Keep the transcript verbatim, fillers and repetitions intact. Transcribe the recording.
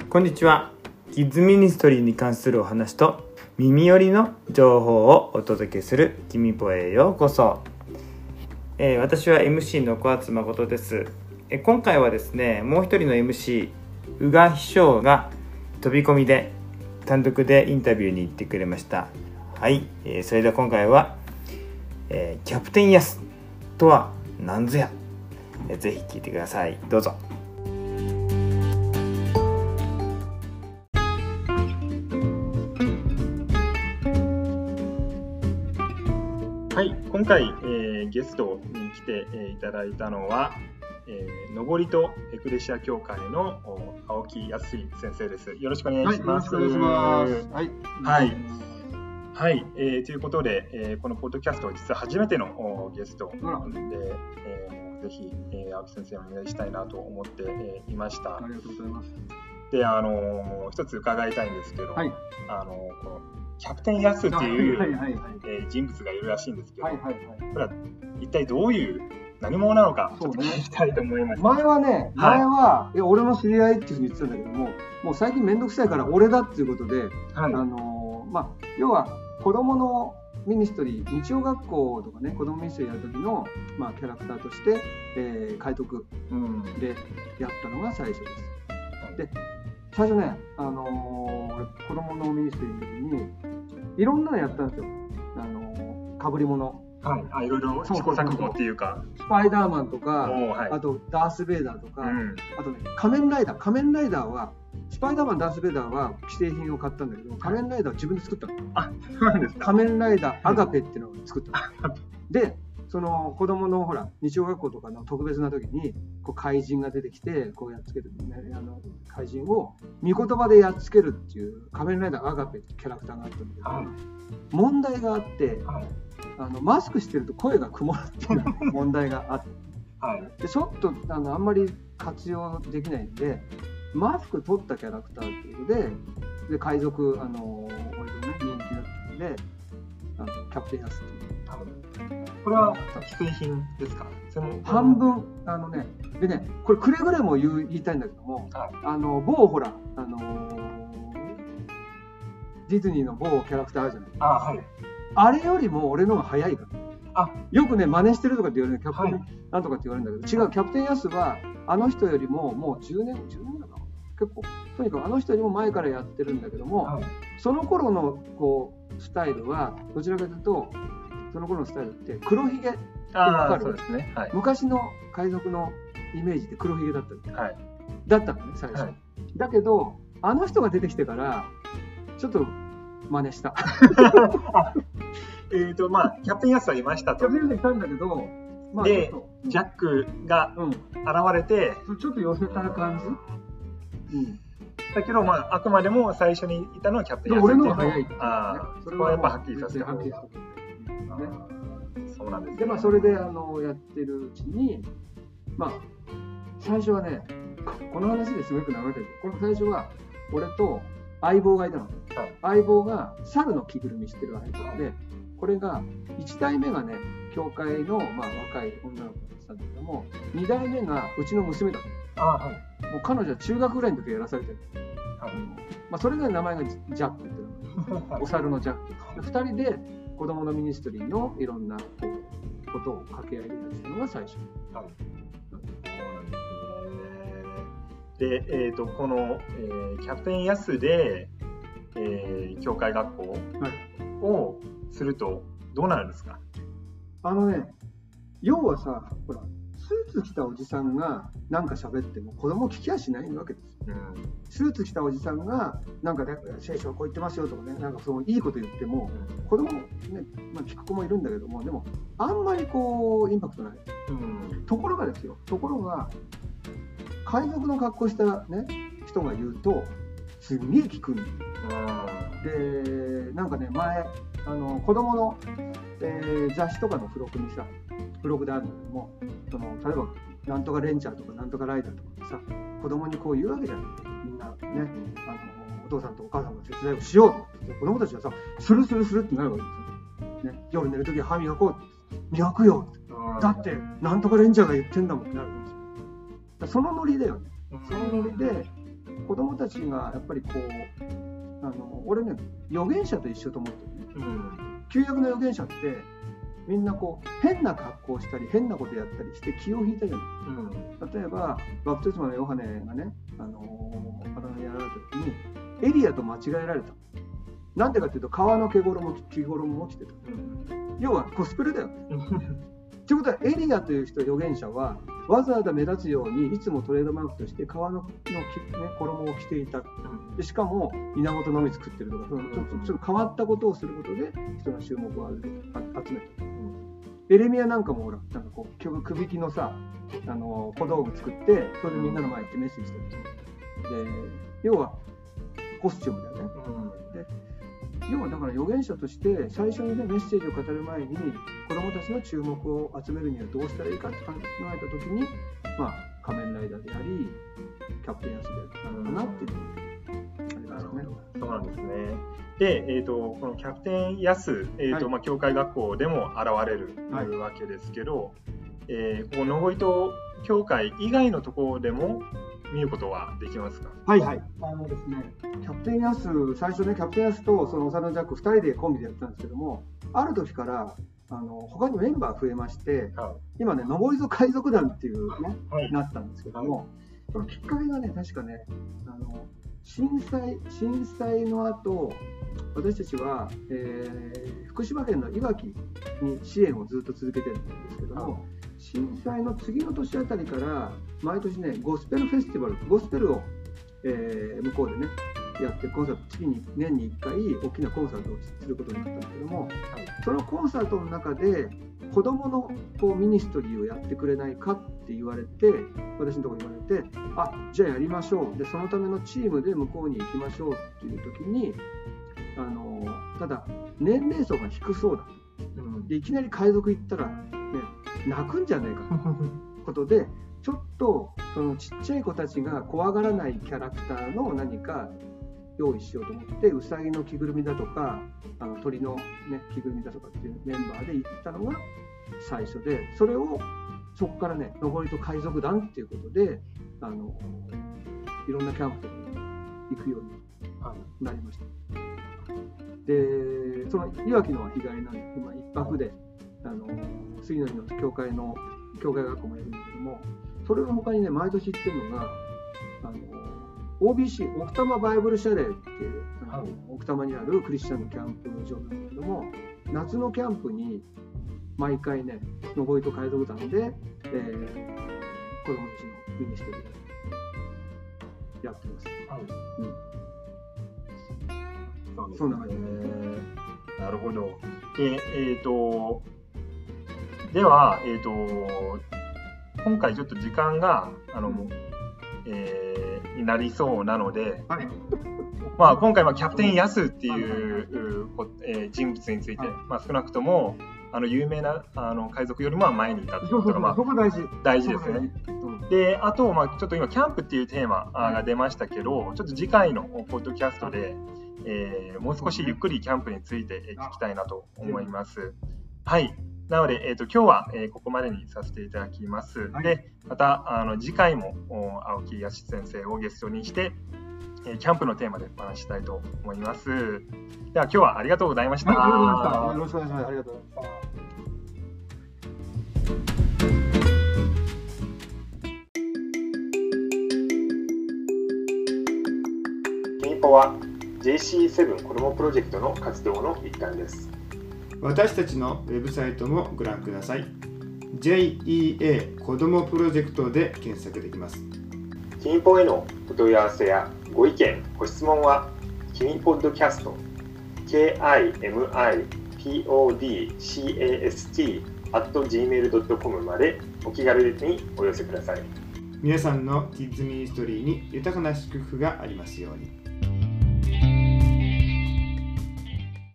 こんにちは。キッズミニストリーに関するお話と耳寄りの情報をお届けするきみぽへようこそ。えー、私は エムシー の小松誠です。えー、今回はですね、もう一人の エムシー 宇賀秘書が飛び込みで単独でインタビューに行ってくれました。はい、えー、それでは今回は、えー、キャプテンヤスとは何ぞや、えー、ぜひ聞いてください。どうぞ。はい、今回、えー、ゲストに来て、えー、いただいたのは、えー、のぼりとエクレシア教会の青木康先生です。よろしくお願いします。 はい、よろしくお願いします。はい、 はい、はい、えー、ということで、えー、このポッドキャストは実は初めてのゲストなので、えー、ぜひ、えー、青木先生にお願いしたいなと思って、えー、いました。 ありがとうございます。 で、あのー、一つ伺いたいんですけど、はい、あのー、このキャプテンヤスっていう人物がいるらしいんですけど、はいはいはい、これは一体どういう何者なのかちょっと聞きたいと思います。 前はね、前は、はい、いや俺の知り合いっていうふうに言ってたんだけども、もう最近めんどくさいから俺だっていうことで、はい、あのー、まあ要は子供のミニストリー、日曜学校とかね、子供ミニストリーやる時の、まあ、キャラクターとして、えー、海徳でやったのが最初です。うん、で最初ね、あのー、俺子供のミニストリーの時にいろんなのやったんですよ。あのー、かぶり物、 はい、あ、いろいろ試行錯誤っていうか、 スパイダーマンとか、はい、あとダース・ベイダーとか、うん、あとね仮面ライダー、仮面ライダーはスパイダーマン、ダース・ベイダーは既製品を買ったんだけど、仮面ライダーは自分で作ったの。 あ、そうなんですか。 仮面ライダーアガペっていうのを作ったの。で、その子供のほら日曜学校とかの特別な時にこう怪人が出てきてこうやっつける、ね、あの怪人を御言葉でやっつけるっていう仮面ライダーアガペっていうキャラクターがあったんだけど、はい、問題があって、はい、あのマスクしてると声が曇るっていう問題があって、はい、でちょっとあのあんまり活用できないんでマスク取ったキャラクターっていうことで、で海賊あの割とね人気だったのであのキャプテンヤスっていう。 これは既製品ですか？ 半分あのね、でね、これくれぐれも言う言いたいんだけども、はい、あの某ほらあのディズニーの某キャラクターあるじゃない。 あ、はい、 あれよりも俺の方が早いから。あ、よくね真似してるとかって言われるキャプテン、はい、なんとかって言われるんだけど、違う、キャプテンヤスはあの人よりももうじゅうねんじゅうねんだな、結構とにかくあの人よりも前からやってるんだけども、はい、その頃のこうスタイルはどちらかというとその頃のスタイルって黒ひげってわかる？そうですね、はい、昔の海賊のイメージって黒ひげだった、はい、だったのね最初、はい、だけどあの人が出てきてからちょっと真似したえっとまあキャプテンヤスはいましたと。 キャプテンヤスいたんだけど、まあ、 でジャックが現れて、 うん、ちょっと寄せた感じ、うん、 だけど、まあ、あくまでも最初にいたのはキャプテンヤスっていうの。俺の方が早いっていう、ね、 あそれはやっぱはっきりさせた方が。 ね、そうなんです、ね、でまあそれであのやってるうちにまあ最初はねこの話ですごく長いけど、この最初は俺と相棒がいたの、はい、相棒が猿の着ぐるみしてる相棒で、これがいち代目がね教会の、まあ、若い女の子だったんだけども、に代目がうちの娘だった。あ、はい、もう彼女は中学ぐらいの時やらされてる、はい、まあ、それで名前がジャックっていうのお猿のジャックふたりで子供のミニストリーのいろんなこうことを掛け合いでやってたのが最初。はい、 で、えーと、この、えー、キャプテンヤスで、えー、教会学校をするとどうなるんですか？ あのね、要はさ、ほらスーツ着たおじさんがなんか喋っても子供聞きやしないわけですよ。うん、スーツ着たおじさんがなんか、ね、聖書はこう言ってますよとかね、なんかそういいこと言っても、うん、子供もね、まあ、聞く子もいるんだけども、でもあんまりこうインパクトない。うん、ところがですよ、ところが海賊の格好したね人が言うとすんげえ聞くんだよ。で、なんかね前あの子供の、えー、雑誌とかの付録にさ、付録であるんだけども、その例えばなんとかレンジャーとかなんとかライダーとかさ、子供にこう言うわけじゃん。みんなね、あのお父さんとお母さんの手伝いをしようとって子供たちはさ、スルスルスルってなるわけですよ、ね、夜寝るときは歯磨こうって、磨くよって、だってなんとかレンジャーが言ってんだもんってなるわけですよ。そのノリだよね。そのノリで子どもたちがやっぱりこうあの俺ね預言者と一緒と思ってるね、うん、旧約の預言者ってみんなこう変な格好をしたり変なことやったりして気を引いたじゃない、うん、例えばバプテスマのヨハネがねあの体にやられた時にエリアと間違えられた。なんでかっていうと革の毛衣も着衣も着てた、うん、要はコスプレだよということはエリアという人預言者はわざわざ目立つようにいつもトレードマークとして革のの、ね、衣を着ていた。でしかも稲子のみ作ってるとか、ちょっとちょっと変わったことをすることで人の注目を集めた。エレミアなんかもほらなんかこうくびきのさあの小道具作ってそれでみんなの前に行ってメッセージしてるんですよ。で要はコスチュームだよね。で要はだから預言者として最初にねメッセージを語る前に子どもたちの注目を集めるにはどうしたらいいかって考えた時に、まあ仮面ライダーでありキャプテンヤスであるのかなっていうのがありますよね。 そうなんですね。で、えーと、このキャプテンヤス、えーとはいまあ、教会学校でも現れるわけですけど、はいえー、このノゴイト教会以外のところでも見ることはできますか？ はいはい。あのですね、キャプテンヤス、最初ね、キャプテンヤスとその幼ジャックふたりでコンビでやったんですけども、ある時からあの他にメンバー増えまして、はい、今ね、ノゴイゾ海賊団っていうね、はい、なったんですけども、はい、そのきっかけがね、確かね、あの震災震災の後、私たちは、えー、福島県のいわきに支援をずっと続けてるんですけども。はい震災の次の年あたりから毎年ねゴスペルフェスティバルゴスペルを、えー、向こうでねやってコンサート月に年にいっかい大きなコンサートをすることになったんですけども、はい、そのコンサートの中で子どものこうミニストリーをやってくれないかって言われて私のところに言われてあじゃあやりましょうでそのためのチームで向こうに行きましょうっていう時にあのただ年齢層が低そうだ、うん、でいきなり海賊行ったらね泣くんじゃねえかということでちょっとそのちっちゃい子たちが怖がらないキャラクターの何か用意しようと思ってウサギの着ぐるみだとかあの鳥の、ね、着ぐるみだとかっていうメンバーで行ったのが最初でそれをそこからねノゴイト海賊団っていうことであのいろんなキャンプに行くようになりました。でそのいわきのは日帰りなんで今一泊であの杉の日の教会の教会学校もやるんだけどもそれの他にね毎年行ってるのがあの オービーシー 奥多摩バイブルシャレーっていうあの、はい、奥多摩にあるクリスチャンのキャンプ場なんだけども夏のキャンプに毎回ねノゴイト海賊団で、えー、子供たちのミニストリーでやってます。はいうん、そうなんですね。なるほど。でえーとでは、えーと、今回ちょっと時間があの、うんえー、になりそうなので、はいまあ、今回はキャプテンヤスっていう、えー、人物について、はいまあ、少なくともあの有名なあの海賊よりも前にいたということが、まあ、 大事大事ですね。であと、まあ、ちょっと今キャンプっていうテーマが出ましたけど、はい、ちょっと次回のポッドキャストで、えー、もう少しゆっくりキャンプについて聞きたいなと思います。はいなので、えーと、今日は、えー、ここまでにさせていただきます。はい、で、またあの次回も青木康先生をゲストにして、えー、キャンプのテーマでお話ししたいと思います。では今日はありがとうございました。 はい、ありがとうございました。よろしくお願いします。ありがとうございました。キミポは ジェイシーセブン 子どもプロジェクトの活動の一環です。 私たちのウェブサイトもご覧ください。ジェイイーエー 子どもプロジェクトで検索できます。 キミポへのお問い合わせやご意見、ご質問はキミポッドキャスト ケーアイエムアイピーオーディーシーエーエスティー アット ジーメール ドットコム までお気軽にお寄せください。 皆さんのキッズミニストリーに豊かな祝福がありますように。